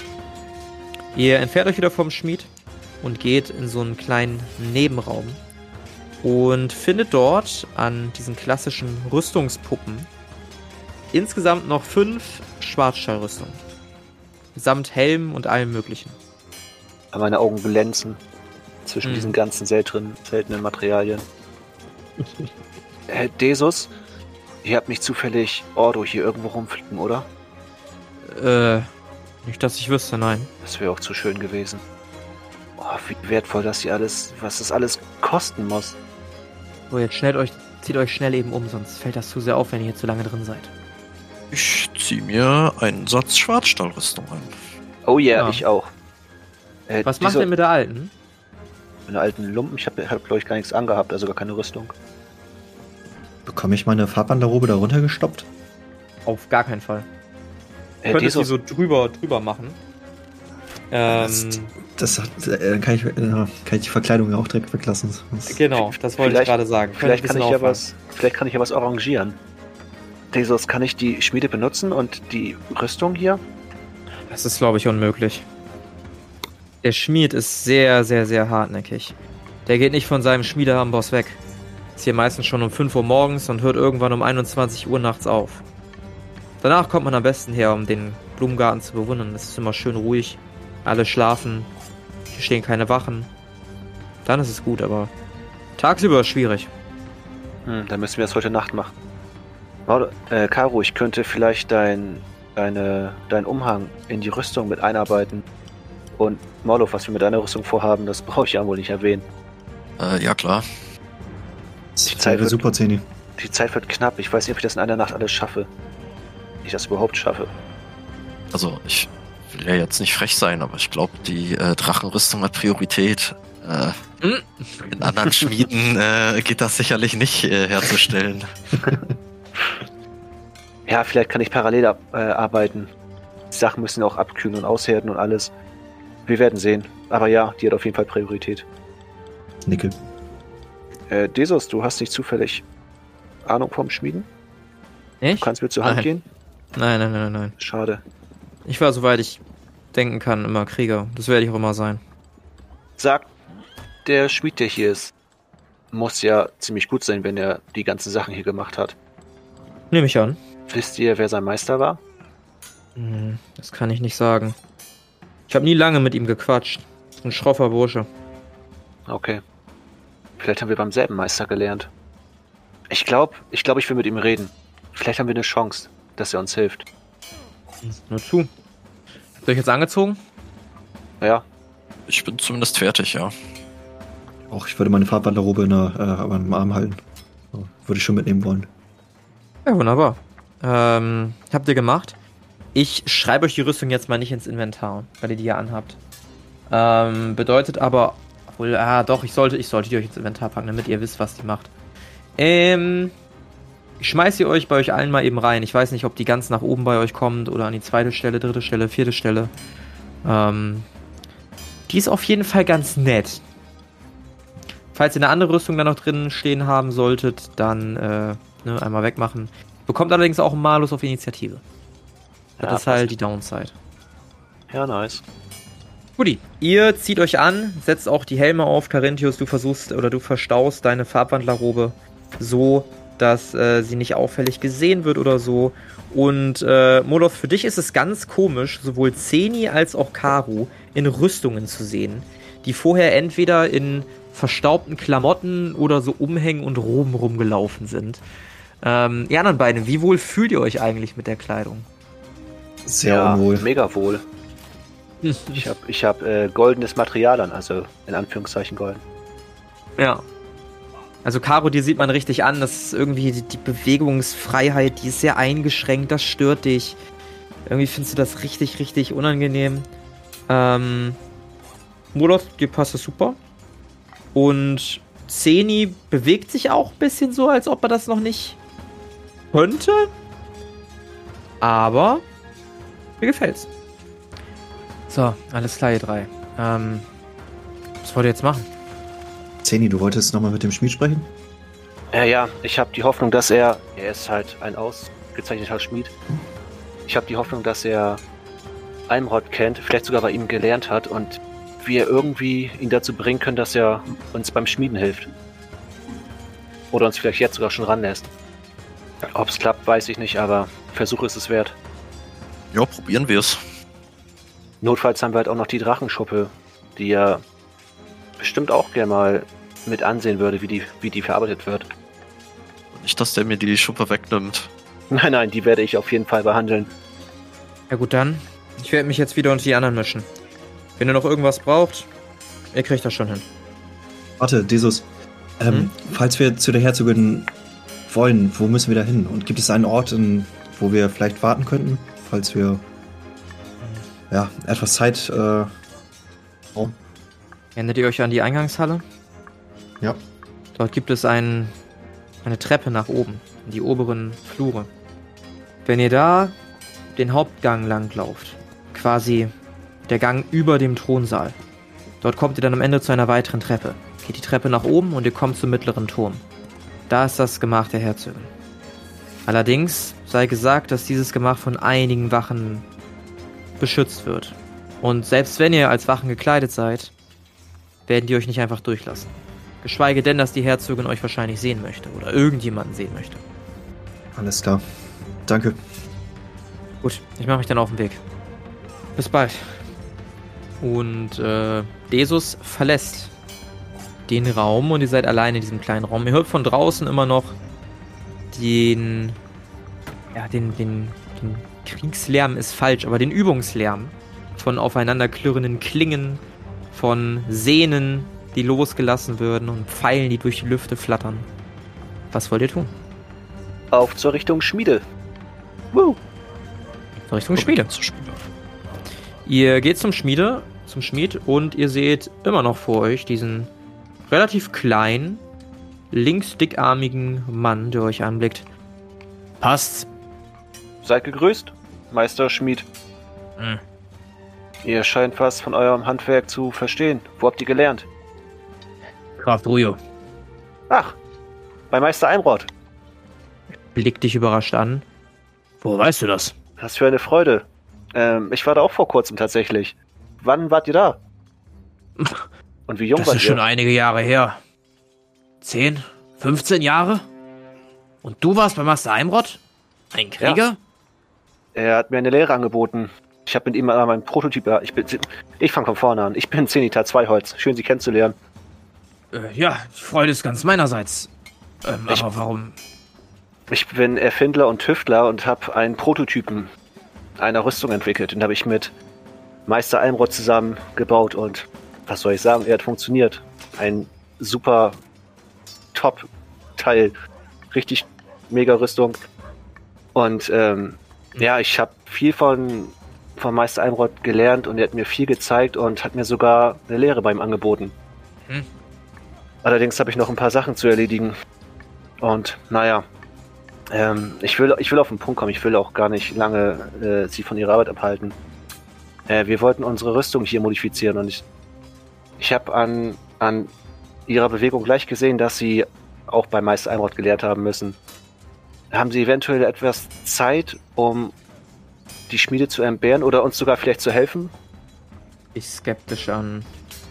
Ihr entfernt euch wieder vom Schmied und geht in so einen kleinen Nebenraum. und findet dort an diesen klassischen Rüstungspuppen insgesamt noch fünf Schwarzstahlrüstungen. Samt Helm und allem möglichen. Meine Augen glänzen zwischen Hm. diesen ganzen seltenen, seltenen Materialien. Herr Desus, ihr habt nicht zufällig Ordo hier irgendwo rumfliegen, oder? Äh, nicht, dass ich wüsste, nein. Das wäre auch zu schön gewesen. Oh, wie wertvoll das hier alles, was das alles kosten muss. So, jetzt schnell euch, zieht euch schnell eben um, sonst fällt das zu sehr auf, wenn ihr hier zu lange drin seid. Ich zieh mir einen Satz Schwarzstahlrüstung an. Oh yeah, Ja. ich auch. Äh, Was macht diese- ihr mit der alten? Meine alten Lumpen, ich habe, hab, glaube ich, gar nichts angehabt, also gar keine Rüstung. Bekomme ich meine Farbwanderrobe da runtergestoppt? Auf gar keinen Fall. Herr Könntest du Desus, so drüber, drüber machen. Ähm, Das, das hat, äh, kann, ich, äh, kann ich die Verkleidung ja auch direkt weglassen. Das, genau, das wollte ich vielleicht- gerade sagen. vielleicht Könnte kann ein ich ja bisschen was, vielleicht kann ich ja was arrangieren. Desus, kann ich die Schmiede benutzen und die Rüstung hier? auffahren. Das ist, glaube ich, unmöglich. Der Schmied ist sehr, sehr, sehr hartnäckig. Der geht nicht von seinem Schmiedeamboss weg. Ist hier meistens schon um fünf Uhr morgens und hört irgendwann um einundzwanzig Uhr nachts auf. Danach kommt man am besten her, um den Blumengarten zu bewundern. Es ist immer schön ruhig. Alle schlafen. Hier stehen keine Wachen. Dann ist es gut, aber tagsüber ist schwierig. Hm, dann müssen wir das heute Nacht machen. Warte, äh, Karo, ich könnte vielleicht dein, deine, deinen Umhang in die Rüstung mit einarbeiten. Und Morloff, was wir mit deiner Rüstung vorhaben, das brauche ich ja wohl nicht erwähnen. Äh, ja klar. das Zeit wäre wird- super, Zeni. Die Zeit wird knapp. Ich weiß nicht, ob ich das in einer Nacht alles schaffe. Ich das überhaupt schaffe. Also ich will ja jetzt nicht frech sein, aber ich glaube, die äh, Drachenrüstung hat Priorität. Äh, Hm? in anderen Schmieden äh, geht das sicherlich nicht äh, herzustellen. Ja, vielleicht kann ich parallel ab, äh, arbeiten. Die Sachen müssen auch abkühlen und aushärten und alles. Wir werden sehen. Aber ja, die hat auf jeden Fall Priorität. Nickel. Äh, Desus, du hast nicht zufällig Ahnung vom Schmieden? Du Nicht? kannst mir zur Hand Nein. gehen? Nein, nein, nein, nein. Schade. Ich war, soweit ich denken kann, immer Krieger. Das werde ich auch immer sein. Sagt, der Schmied, der hier ist, muss ja ziemlich gut sein, wenn er die ganzen Sachen hier gemacht hat. Nehme ich an. Wisst ihr, wer sein Meister war? Hm, das kann ich nicht sagen. Ich habe nie lange mit ihm gequatscht. Ein schroffer Bursche. Okay. Vielleicht haben wir beim selben Meister gelernt. Ich glaube, ich glaube, ich will mit ihm reden. Vielleicht haben wir eine Chance, dass er uns hilft. Nur zu. Habt ihr euch jetzt angezogen? Ja, Ich bin zumindest fertig, ja. Auch ich würde meine Farbwanderrobe in der, äh, aber im Arm halten. So, würde ich schon mitnehmen wollen. Ja, wunderbar. Ähm, habt ihr gemacht? Ich schreibe euch die Rüstung jetzt mal nicht ins Inventar, weil ihr die ja anhabt. Ähm, bedeutet aber, obwohl, ah, doch, ich sollte, ich sollte die euch ins Inventar packen, damit ihr wisst, was die macht. Ähm, ich schmeiß sie euch bei euch allen mal eben rein. Ich weiß nicht, ob die ganz nach oben bei euch kommt oder an die zweite Stelle, dritte Stelle, vierte Stelle. Ähm, die ist auf jeden Fall ganz nett. Falls ihr eine andere Rüstung da noch drin stehen haben solltet, dann äh, ne, einmal wegmachen. Bekommt allerdings auch einen Malus auf Initiative. Das Ja, ist halt passt. die Downside. ja, nice. Guti, ihr zieht euch an, setzt auch die Helme auf. Carinthius, du versuchst oder du verstaust deine Farbwandlerrobe so, dass äh, sie nicht auffällig gesehen wird oder so. Und äh, Molov, für dich ist es ganz komisch, sowohl Zeni als auch Karu in Rüstungen zu sehen, die vorher entweder in verstaubten Klamotten oder so Umhängen und Roben rumgelaufen sind. Ähm, die anderen beiden, wie wohl fühlt ihr euch eigentlich mit der Kleidung? Sehr ja, unwohl. mega wohl. Ich habe ich hab, äh, goldenes Material an, also in Anführungszeichen golden. Ja. Also Caro, dir sieht man richtig an, dass ist irgendwie die, die Bewegungsfreiheit, die ist sehr eingeschränkt, das stört dich. Irgendwie findest du das richtig, richtig unangenehm. Ähm, Molov, dir passt das super. Und Zeni bewegt sich auch ein bisschen so, als ob er das noch nicht könnte. Aber mir gefällt's. So, alles klar, ihr drei. Ähm, was wollt ihr jetzt machen? Zeni, du wolltest nochmal mit dem Schmied sprechen? Ja, ja, ich habe die Hoffnung, dass er, er ist halt ein ausgezeichneter Schmied. Ich habe die Hoffnung, dass er Almrod kennt, vielleicht sogar bei ihm gelernt hat und wir irgendwie ihn dazu bringen können, dass er uns beim Schmieden hilft. Oder uns vielleicht jetzt sogar schon ranlässt. Ob es klappt, weiß ich nicht, aber Versuch ist es wert. Ja, probieren wir es. Notfalls haben wir halt auch noch die Drachenschuppe, die ja bestimmt auch gerne mal mit ansehen würde, wie die, wie die verarbeitet wird. Nicht, dass der mir die Schuppe wegnimmt. Nein, nein, die werde ich auf jeden Fall behandeln. Ja gut, dann. Ich werde mich jetzt wieder unter die anderen mischen. Wenn ihr noch irgendwas braucht, ihr kriegt das schon hin. Warte, Jesus. Ähm, hm? Falls wir zu der Herzogin wollen, wo müssen wir da hin? Und gibt es einen Ort, in, wo wir vielleicht warten könnten, falls wir ja, etwas Zeit äh, brauchen? Erinnert ihr euch an die Eingangshalle? Ja. Dort gibt es ein, eine Treppe nach oben, in die oberen Flure. Wenn ihr da den Hauptgang langlauft, quasi der Gang über dem Thronsaal, dort kommt ihr dann am Ende zu einer weiteren Treppe. Geht die Treppe nach oben und ihr kommt zum mittleren Turm. Da ist das Gemach der Herzogin. Allerdings sei gesagt, dass dieses Gemach von einigen Wachen beschützt wird. Und selbst wenn ihr als Wachen gekleidet seid, werden die euch nicht einfach durchlassen. Geschweige denn, dass die Herzogin euch wahrscheinlich sehen möchte oder irgendjemanden sehen möchte. Alles klar. Danke. Gut, ich mache mich dann auf den Weg. Bis bald. Und äh, Desus verlässt den Raum und ihr seid alleine in diesem kleinen Raum. Ihr hört von draußen immer noch den, ja, den, den, den Kriegslärm ist falsch, aber den Übungslärm von aufeinander klirrenden Klingen, von Sehnen, die losgelassen würden und Pfeilen, die durch die Lüfte flattern. Was wollt ihr tun? Auf zur Richtung Schmiede. Woo. Zur Richtung Schmiede. Zur Schmiede. Ihr geht zum Schmiede, zum Schmied und ihr seht immer noch vor euch diesen relativ kleinen, links dickarmigen Mann, der euch anblickt. Passt. Seid gegrüßt, Meister Schmied. Hm. Ihr scheint was von eurem Handwerk zu verstehen. Wo habt ihr gelernt? Graf Drujo. Ach, bei Meister Eimrod. Blick dich überrascht an. Wo weißt du das? Was für eine Freude. Ähm, ich war da auch vor kurzem tatsächlich. Wann wart ihr da? Und wie jung Das wart ist ihr? schon einige Jahre her. Zehn, fünfzehn Jahre? Und du warst bei Meister Eimrod? Ein Krieger? Ja. Er hat mir eine Lehre angeboten. Ich habe mit ihm mal meinen Prototyp. Ich, bin, ich fange von vorne an. Ich bin Zenithal zwei Holz. Schön, Sie kennenzulernen. Äh, ja, die Freude ist ganz meinerseits. Ähm, Ich- aber warum? Ich bin Erfinder und Tüftler und habe einen Prototypen einer Rüstung entwickelt. Den habe ich mit Meister Eimrod zusammen gebaut und was soll ich sagen, er hat funktioniert. Ein super Top-Teil. Richtig mega Rüstung. Und ähm, ja, ich habe viel von, von Meister Eimrod gelernt und er hat mir viel gezeigt und hat mir sogar eine Lehre bei ihm angeboten. Hm. Allerdings habe ich noch ein paar Sachen zu erledigen. Und naja, ähm, ich will, ich will auf den Punkt kommen. Ich will auch gar nicht lange äh, sie von ihrer Arbeit abhalten. Äh, wir wollten unsere Rüstung hier modifizieren und ich, ich habe an, an ihrer Bewegung gleich gesehen, dass sie auch bei Meister Eimrod gelehrt haben müssen. Haben Sie eventuell etwas Zeit, um die Schmiede zu entbehren oder uns sogar vielleicht zu helfen? Ich skeptisch an.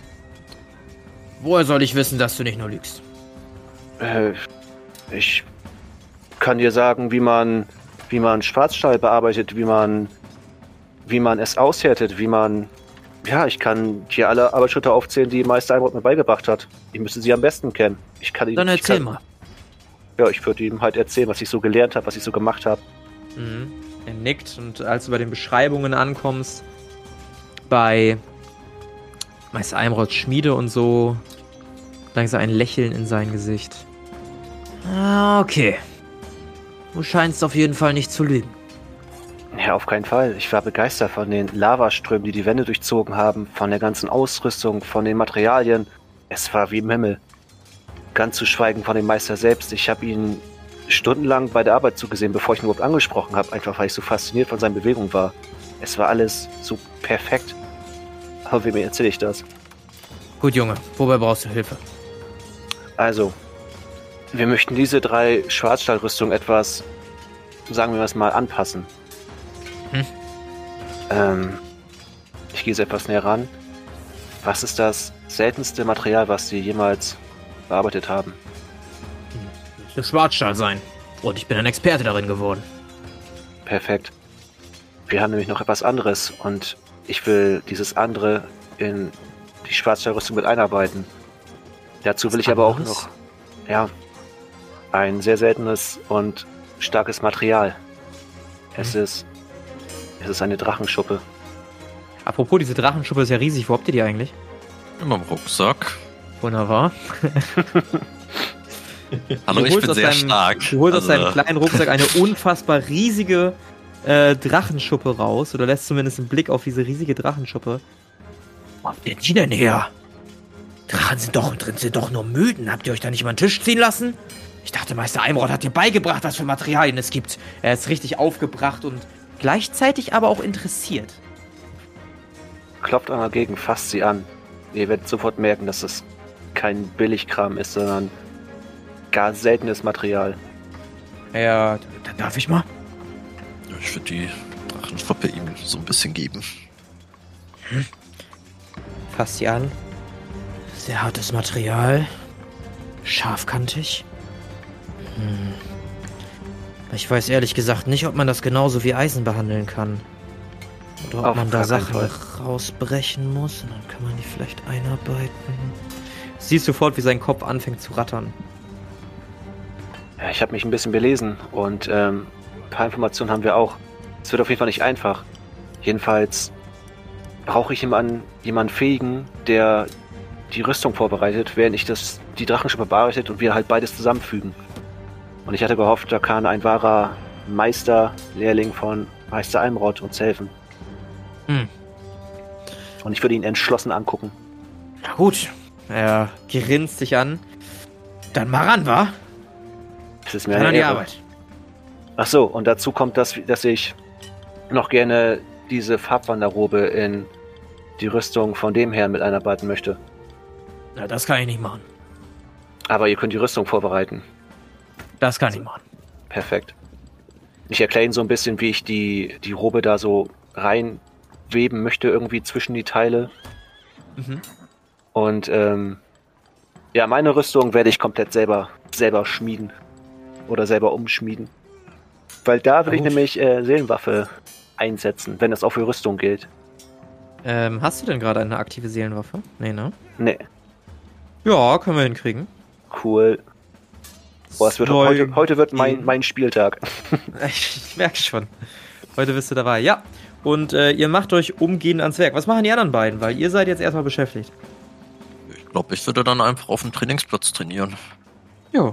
Woher soll ich wissen, dass du nicht nur lügst? Äh, ich kann dir sagen, wie man, wie man Schwarzstahl bearbeitet, wie man, wie man es aushärtet, wie man, ja, ich kann dir alle Arbeitsschritte aufzählen, die Meister Eimrod mir beigebracht hat. Ich müsste sie am besten kennen. Ich kann ihn, Dann ich erzähl kann, mal. Ja, ich würde ihm halt erzählen, was ich so gelernt habe, was ich so gemacht habe. Mhm. Er nickt und als du bei den Beschreibungen ankommst, bei Meister Eimrods Schmiede und so, langsam ein Lächeln in sein Gesicht. Ah, okay. Du scheinst auf jeden Fall nicht zu lügen. Ja, auf keinen Fall. Ich war begeistert von den Lavaströmen, die die Wände durchzogen haben, von der ganzen Ausrüstung, von den Materialien. Es war wie im Himmel. Ganz zu schweigen von dem Meister selbst. Ich habe ihn stundenlang bei der Arbeit zugesehen, bevor ich ihn überhaupt angesprochen habe, einfach weil ich so fasziniert von seinen Bewegungen war. Es war alles so perfekt. Aber wem erzähle ich das? Gut, Junge, wobei brauchst du Hilfe? Also, wir möchten diese drei Schwarzstahlrüstungen etwas, sagen wir es mal, anpassen. Hm. Ähm, ich gehe jetzt etwas näher ran. Was ist das seltenste Material, was Sie jemals bearbeitet haben? Eine Schwarzstahl sein. Und ich bin ein Experte darin geworden. Perfekt. Wir haben nämlich noch etwas anderes und ich will dieses andere in die Schwarzstahlrüstung mit einarbeiten. Dazu will ich aber auch noch, ja, ein sehr seltenes und starkes Material. Es Mhm. ist, es ist eine Drachenschuppe. Apropos, diese Drachenschuppe ist ja riesig. Wo habt ihr die eigentlich? In meinem Rucksack. Wunderbar. Hallo, Du ich holst bin aus sehr deinem- stark. Du holst aus Also, deinem kleinen Rucksack eine unfassbar riesige äh, Drachenschuppe raus. Oder lässt zumindest einen Blick auf diese riesige Drachenschuppe. Wo habt ihr die denn her? Drachen sind doch drin, sind doch nur Mythen. Habt ihr euch da nicht über den Tisch ziehen lassen? Ich dachte, Meister Eimrod hat dir beigebracht, was für Materialien es gibt. Er ist richtig aufgebracht und gleichzeitig aber auch interessiert. Klopft einmal gegen, fasst sie an. Ihr werdet sofort merken, dass es kein Billigkram ist, sondern gar seltenes Material. Er Dann darf ich mal. ich würde die Drachenschuppe ihm so ein bisschen geben. fasst sie an. Sehr hartes Material. Scharfkantig. Hm. Ich weiß ehrlich gesagt nicht, ob man das genauso wie Eisen behandeln kann. Oder ob Auf man da gar keinen Sachen Fall. rausbrechen muss und dann kann man die vielleicht einarbeiten. Siehst sofort, wie sein Kopf anfängt zu rattern. Ja, ich habe mich ein bisschen belesen und ähm, ein paar Informationen haben wir auch. Es wird auf jeden Fall nicht einfach. Jedenfalls brauche ich jemanden, jemanden Fähigen, der die Rüstung vorbereitet, während ich das, die Drachenschuppe bearbeitet und wir halt beides zusammenfügen. Und ich hatte gehofft, da kann ein wahrer Meister, Lehrling von Meister Eimrod uns helfen. Hm. Und ich würde ihn entschlossen angucken. Na gut, Er grinst dich an. dann mal ran, wa? Es ist mir Dann eine an die Ehre. Arbeit. Ach so, und dazu kommt, dass, dass ich noch gerne diese Farbwanderrobe in die Rüstung von dem Herrn mit einarbeiten möchte. Na, das kann ich nicht machen. Aber ihr könnt die Rüstung vorbereiten. Das kann ich machen. Perfekt. Ich erkläre Ihnen so ein bisschen, wie ich die, die Robe da so reinweben möchte, irgendwie zwischen die Teile. Mhm. Und ähm, ja, meine Rüstung werde ich komplett selber, selber schmieden. Oder selber umschmieden. Weil da will Na ich gut. nämlich äh, Seelenwaffe einsetzen, wenn das auch für Rüstung gilt. Ähm, hast du denn gerade eine aktive Seelenwaffe? Nee, ne? Nee, Ja, können wir hinkriegen. cool. Boah, es wird Zwei heute, heute wird mein, gegen- mein Spieltag. Ich merke schon. Heute bist du dabei. Ja. Und äh, ihr macht euch umgehend ans Werk. Was machen die anderen beiden? Weil ihr seid jetzt erstmal beschäftigt. Ich glaube, ich würde dann einfach auf dem Trainingsplatz trainieren. Jo.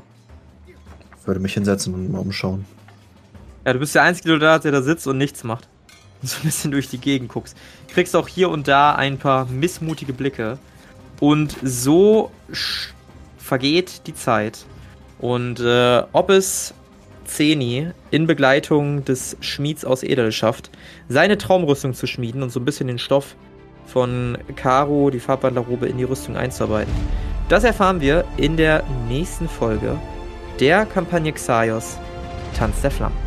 Ich würde mich hinsetzen und mal umschauen. Ja, du bist der einzige Soldat, der da sitzt und nichts macht. Und so ein bisschen durch die Gegend guckst. Kriegst auch hier und da ein paar missmutige Blicke. Und so sch- vergeht die Zeit. Und äh, ob es Zeni in Begleitung des Schmieds aus Edel schafft, seine Traumrüstung zu schmieden und so ein bisschen den Stoff von Karo, die Farbwandlerrobe, in die Rüstung einzuarbeiten. Das erfahren wir in der nächsten Folge der Kampagne Xaios, Tanz der Flammen.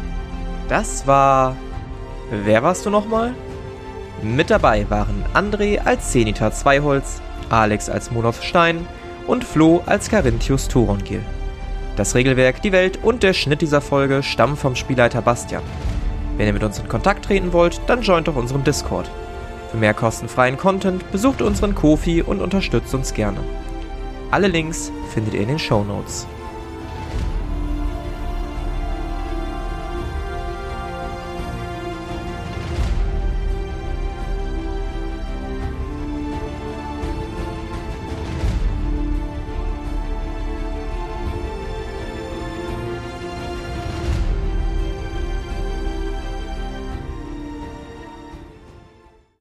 Das war... Wer warst du nochmal? Mit dabei waren André als Zenithar Zweiholz, Alex als Monoth Stein und Flo als Carinthius Thorongil. Das Regelwerk, die Welt und der Schnitt dieser Folge stammen vom Spielleiter Bastian. Wenn ihr mit uns in Kontakt treten wollt, dann joint doch unseren Discord. Für mehr kostenfreien Content besucht unseren Ko-fi und unterstützt uns gerne. Alle Links findet ihr in den Shownotes.